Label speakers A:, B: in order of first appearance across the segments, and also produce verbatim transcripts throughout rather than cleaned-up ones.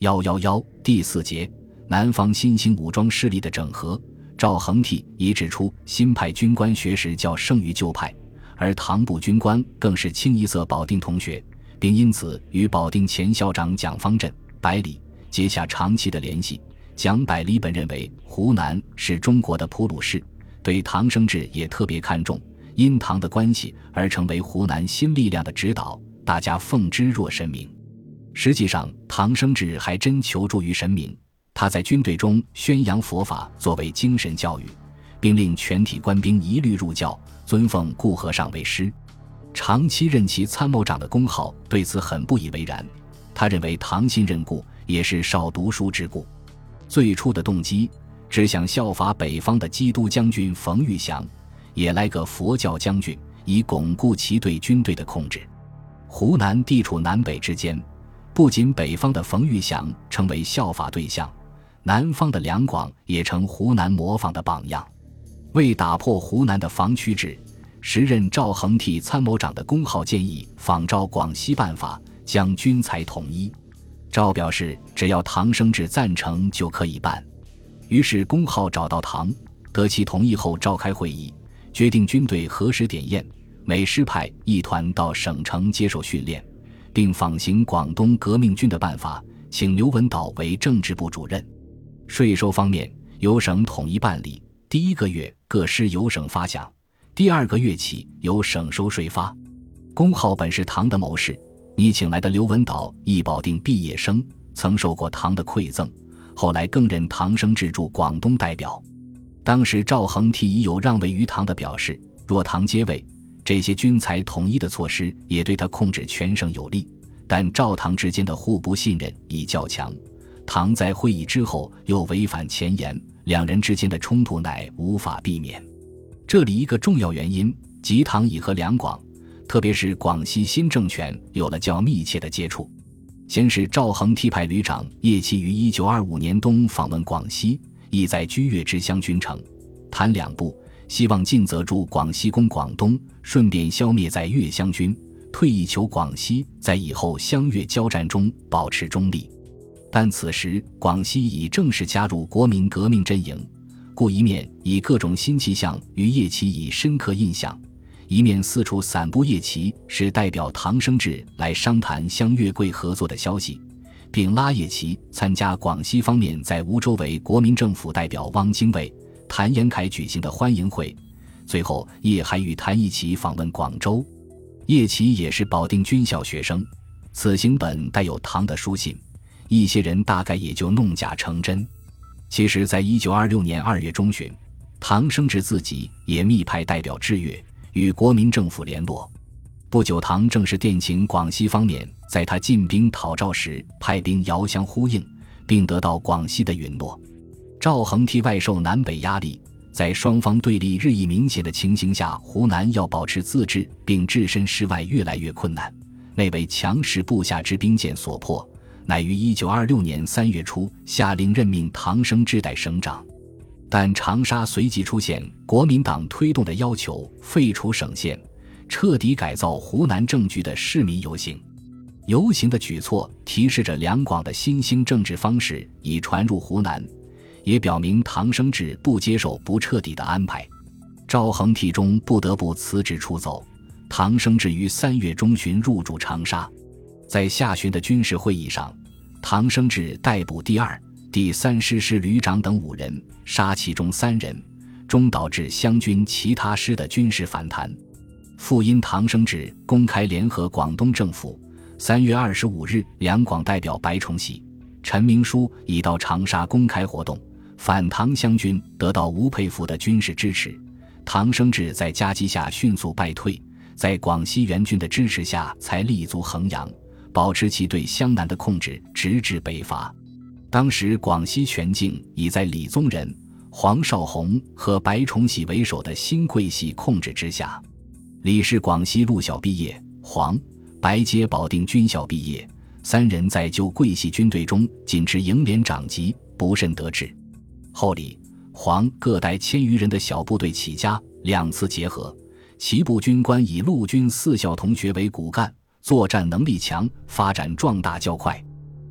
A: 一一一第四节，南方新兴武装势力的整合。赵恒惕已指出，新派军官学识较胜于旧派，而唐部军官更是清一色保定同学，并因此与保定前校长蒋方震、百里结下长期的联系。蒋百里本认为湖南是中国的普鲁士，对唐生智也特别看重，因唐的关系而成为湖南新力量的指导，大家奉之若神明。实际上，唐生智还真求助于神明，他在军队中宣扬佛法作为精神教育，并令全体官兵一律入教，尊奉顾和尚为师。长期任其参谋长的龚浩对此很不以为然，他认为唐信任故也是少读书之故。最初的动机只想效法北方的基督将军冯玉祥，也来个佛教将军，以巩固其对军队的控制。湖南地处南北之间，不仅北方的冯玉祥成为效法对象，南方的两广也成湖南模仿的榜样。为打破湖南的防区制，时任赵恒惕参谋长的龚浩建议仿照广西办法，将军财统一。赵表示只要唐生智赞成就可以办。于是龚浩找到唐，得其同意后召开会议，决定军队何时点验，每师派一团到省城接受训练，并仿行广东革命军的办法，请刘文岛为政治部主任。税收方面由省统一办理，第一个月各师由省发饷，第二个月起由省收税发。龚浩本是唐的谋士，你请来的刘文岛亦保定毕业生，曾受过唐的馈赠，后来更任唐生智驻广东代表。当时赵恒惕已有让位于唐的表示，若唐接位，这些军财统一的措施也对他控制全省有利，但赵唐之间的互不信任已较强，唐在会议之后又违反前言，两人之间的冲突乃无法避免。这里一个重要原因，即唐已和两广，特别是广西新政权有了较密切的接触。先是赵恒惕派旅长叶奇于一九二五年冬访问广西，意在居粤之乡君城、谭两部，希望进则驻广西攻广东，顺便消灭在粤湘军，退役求广西在以后湘粤交战中保持中立。但此时广西已正式加入国民革命阵营，故一面以各种新气象与叶奇以深刻印象，一面四处散布叶奇是代表唐生智来商谈湘粤桂合作的消息，并拉叶奇参加广西方面在梧州为国民政府代表汪精卫、谭延闿举行的欢迎会。最后叶还与谭一起访问广州。叶奇也是保定军校学生，此行本带有唐的书信，一些人大概也就弄假成真。其实在一九二六年二月中旬，唐生智自己也密派代表致粤，与国民政府联络。不久唐正式电请广西方面在他进兵讨赵时派兵遥相呼应，并得到广西的允诺。赵恒惕外受南北压力，在双方对立日益明显的情形下，湖南要保持自治并置身事外越来越困难，内为强势部下之兵谏所迫，乃于一九二六年三月初下令任命唐生智代省长。但长沙随即出现国民党推动的要求废除省县，彻底改造湖南政局的市民游行。游行的举措提示着两广的新兴政治方式已传入湖南，也表明唐生智不接受不彻底的安排。赵恒惕中不得不辞职出走，唐生智于三月中旬入驻长沙。在下旬的军事会议上，唐生智逮捕第二、第三师师旅长等五人，杀其中三人，终导致湘军其他师的军事反弹。复因唐生智公开联合广东政府，三月二十五日，两广代表白崇禧、陈明书已到长沙公开活动，反唐湘军得到吴佩孚的军事支持，唐生智在夹击下迅速败退，在广西援军的支持下才立足衡阳，保持其对湘南的控制，直至北伐。当时广西全境已在李宗仁、黄绍竑和白崇禧为首的新桂系控制之下。李是广西陆校毕业，黄、白皆保定军校毕业，三人在旧桂系军队中仅至营连长级，不甚得志。后李、黄各带千余人的小部队起家，两次结合，其部军官以陆军四校同学为骨干，作战能力强，发展壮大较快。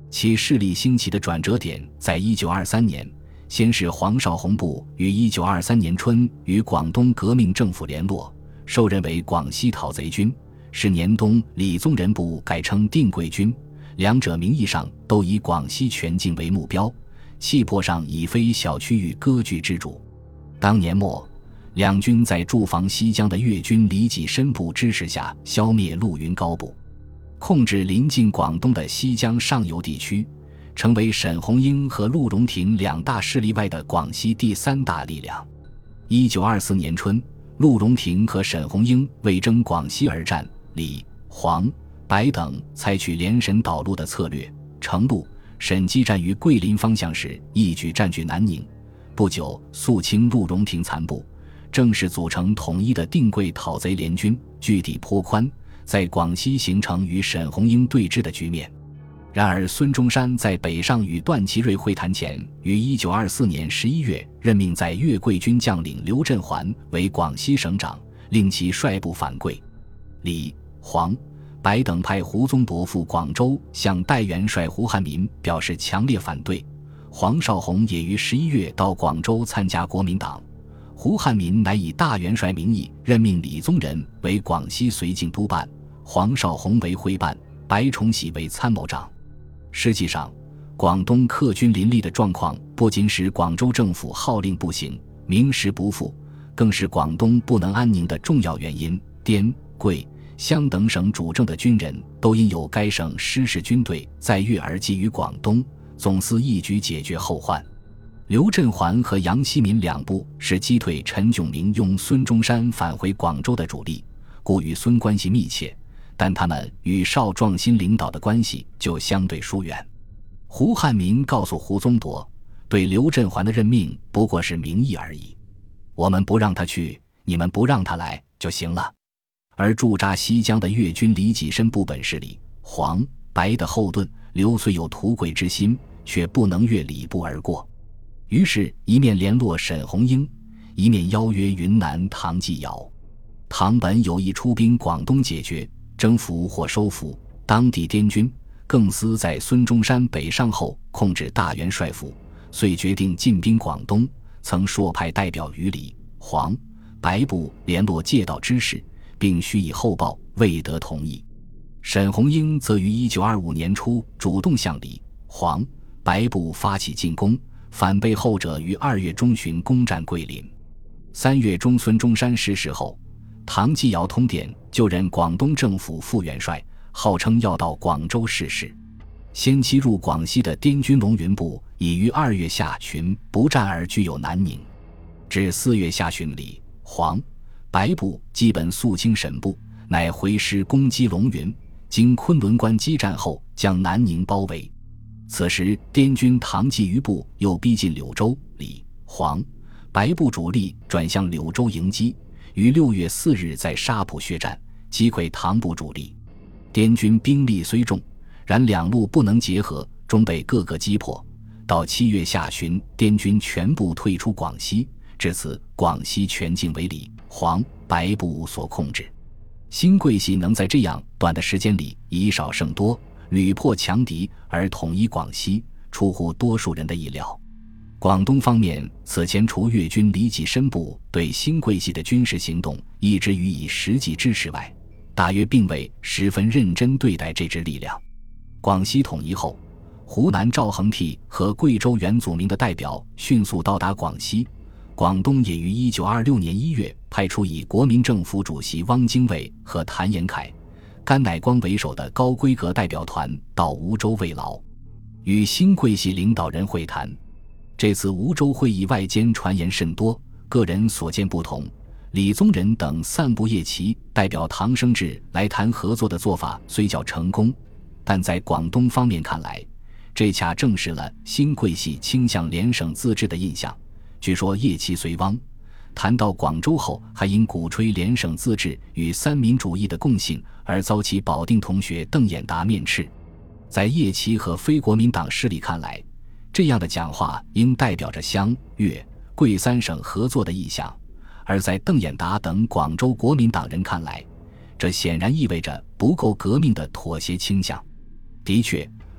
A: 其势力兴起的转折点在一九二三年，先是黄绍竑部于一九二三年春与广东革命政府联络，受任为广西讨贼军，是年冬李宗仁部改称定贵军，两者名义上都以广西全境为目标，气魄上已非小区域割据之主。当年末，两军在驻防西江的粤军李济深部支持下消灭陆云高部，控制临近广东的西江上游地区，成为沈鸿英和陆荣廷两大势力外的广西第三大力量。一九二四年春，陆荣廷和沈鸿英为争广西而战，李、黄、白等采取联沈导路的策略，程陆、沈激战于桂林方向时一举占据南宁。不久，肃清陆荣廷残部，正式组成统一的定贵讨贼联军，据地颇宽，在广西形成与沈鸿英对峙的局面。然而孙中山在北上与段祺瑞会谈前，于一九二四年十一月任命在粤桂军将领刘振环为广西省长，令其率部反桂。李、黄、白等派胡宗铎赴广州向代元帅胡汉民表示强烈反对，黄绍竑也于十一月到广州参加国民党。胡汉民乃以大元帅名义任命李宗仁为广西绥靖督办，黄绍竑为会办，白崇禧为参谋长。实际上，广东客军林立的状况不仅使广州政府号令不行，名实不符，更是广东不能安宁的重要原因。滇、桂、湘等省主政的军人都因有该省失事军队在粤而觊于广东，总司一举解决后患。刘振环和杨希民两部是击退陈炯明用孙中山返回广州的主力，故与孙关系密切，但他们与邵壮新领导的关系就相对疏远。胡汉民告诉胡宗铎，对刘振环的任命不过是名义而已，我们不让他去，你们不让他来就行了。而驻扎西江的粤军李济深部本是李、黄、白的后盾，刘虽有图贵之心，却不能越李部而过，于是一面联络沈鸿英，一面邀约云南唐继尧。唐本有意出兵广东解决、征服或收复当地滇军，更思在孙中山北上后控制大元帅府，遂决定进兵广东，曾朔派代表与李、黄、白部联络借道之事，并许以后报，未得同意。沈鸿英则于一九二五年初主动向李、黄、白部发起进攻，反被后者于二月中旬攻占桂林。三月中孙中山逝世后，唐继尧通电就任广东政府副元帅，号称要到广州试试。先期入广西的滇军龙云部已于二月下旬不战而据有南宁，至四月下旬李、黄、白部基本肃清沈部，乃回师攻击龙云，经昆仑关激战后将南宁包围。此时滇军唐继余部又逼近柳州，李、黄、白部主力转向柳州迎击，于六月四日在沙浦血战，击溃唐部主力。滇军兵力虽重，然两路不能结合，终被各个击破。到七月下旬，滇军全部退出广西，至此广西全境为李、黄、白部所控制。新桂系能在这样短的时间里以少胜多，屡破强敌而统一广西，出乎多数人的意料。广东方面此前除粤军李济深部对新桂系的军事行动一直予以实际支持外，大约并未十分认真对待这支力量。广西统一后，湖南赵恒惕和贵州袁祖明的代表迅速到达广西，广东也于一九二六年一月派出以国民政府主席汪精卫和谭延闿、甘乃光为首的高规格代表团到梧州慰劳，与新桂系领导人会谈。这次梧州会议外间传言甚多，个人所见不同。李宗仁等散布叶奇代表唐生智来谈合作的做法虽较成功，但在广东方面看来，这恰证实了新桂系倾向联省自治的印象。据说叶奇随汪谈到广州后，还因鼓吹联省自治与三民主义的共性而遭其保定同学邓演达面斥。在叶奇和非国民党势力看来，这样的讲话应代表着湘、粤、桂三省合作的意向，而在邓演达等广州国民党人看来，这显然意味着不够革命的妥协倾向。的确，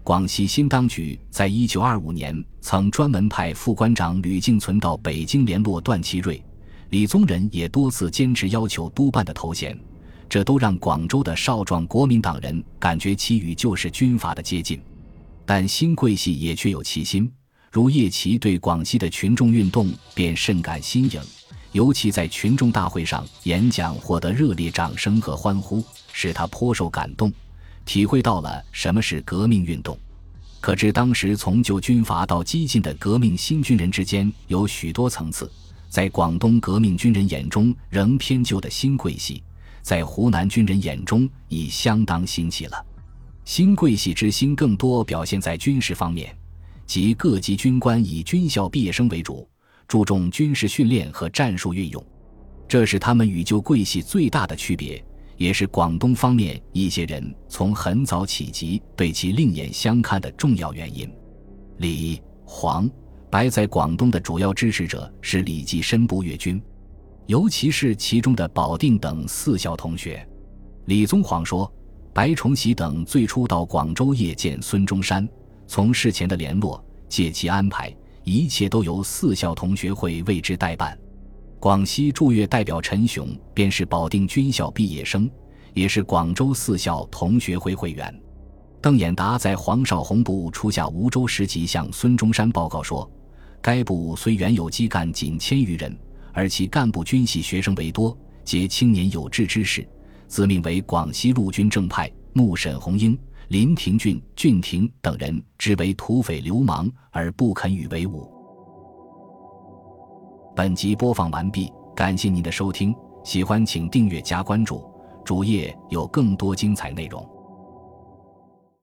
A: 广西新当局在一九二五年曾专门派副官长吕敬存到北京联络段祺瑞，李宗仁也多次坚持要求督办的头衔，这都让广州的少壮国民党人感觉其与旧式军阀的接近。但新桂系也确有其心，如叶奇对广西的群众运动便甚感新颖，尤其在群众大会上演讲获得热烈掌声和欢呼，使他颇受感动，体会到了什么是革命运动。可知当时从旧军阀到激进的革命新军人之间有许多层次，在广东革命军人眼中仍偏旧的新桂系，在湖南军人眼中已相当新奇了。新桂系之新更多表现在军事方面，即各级军官以军校毕业生为主，注重军事训练和战术运用，这是他们与旧桂系最大的区别，也是广东方面一些人从很早起即对其另眼相看的重要原因。李、黄、白在广东的主要支持者是李济深部粤军，尤其是其中的保定等四校同学。李宗煌说，白崇禧等最初到广州谒见孙中山，从事前的联络、借其安排，一切都由四校同学会为之代办。广西驻粤代表陈雄便是保定军校毕业生，也是广州四校同学会会员。邓演达在黄绍竑部初下梧州时即向孙中山报告说，该部虽原有基干仅千余人，而其干部军系学生为多，皆青年有志之士，自命为广西陆军正派，目沈鸿英、林廷俊、俊廷等人之为土匪流氓，而不肯与为伍。本集播放完毕，感谢您的收听，喜欢请订阅加关注，主页有更多精彩内容。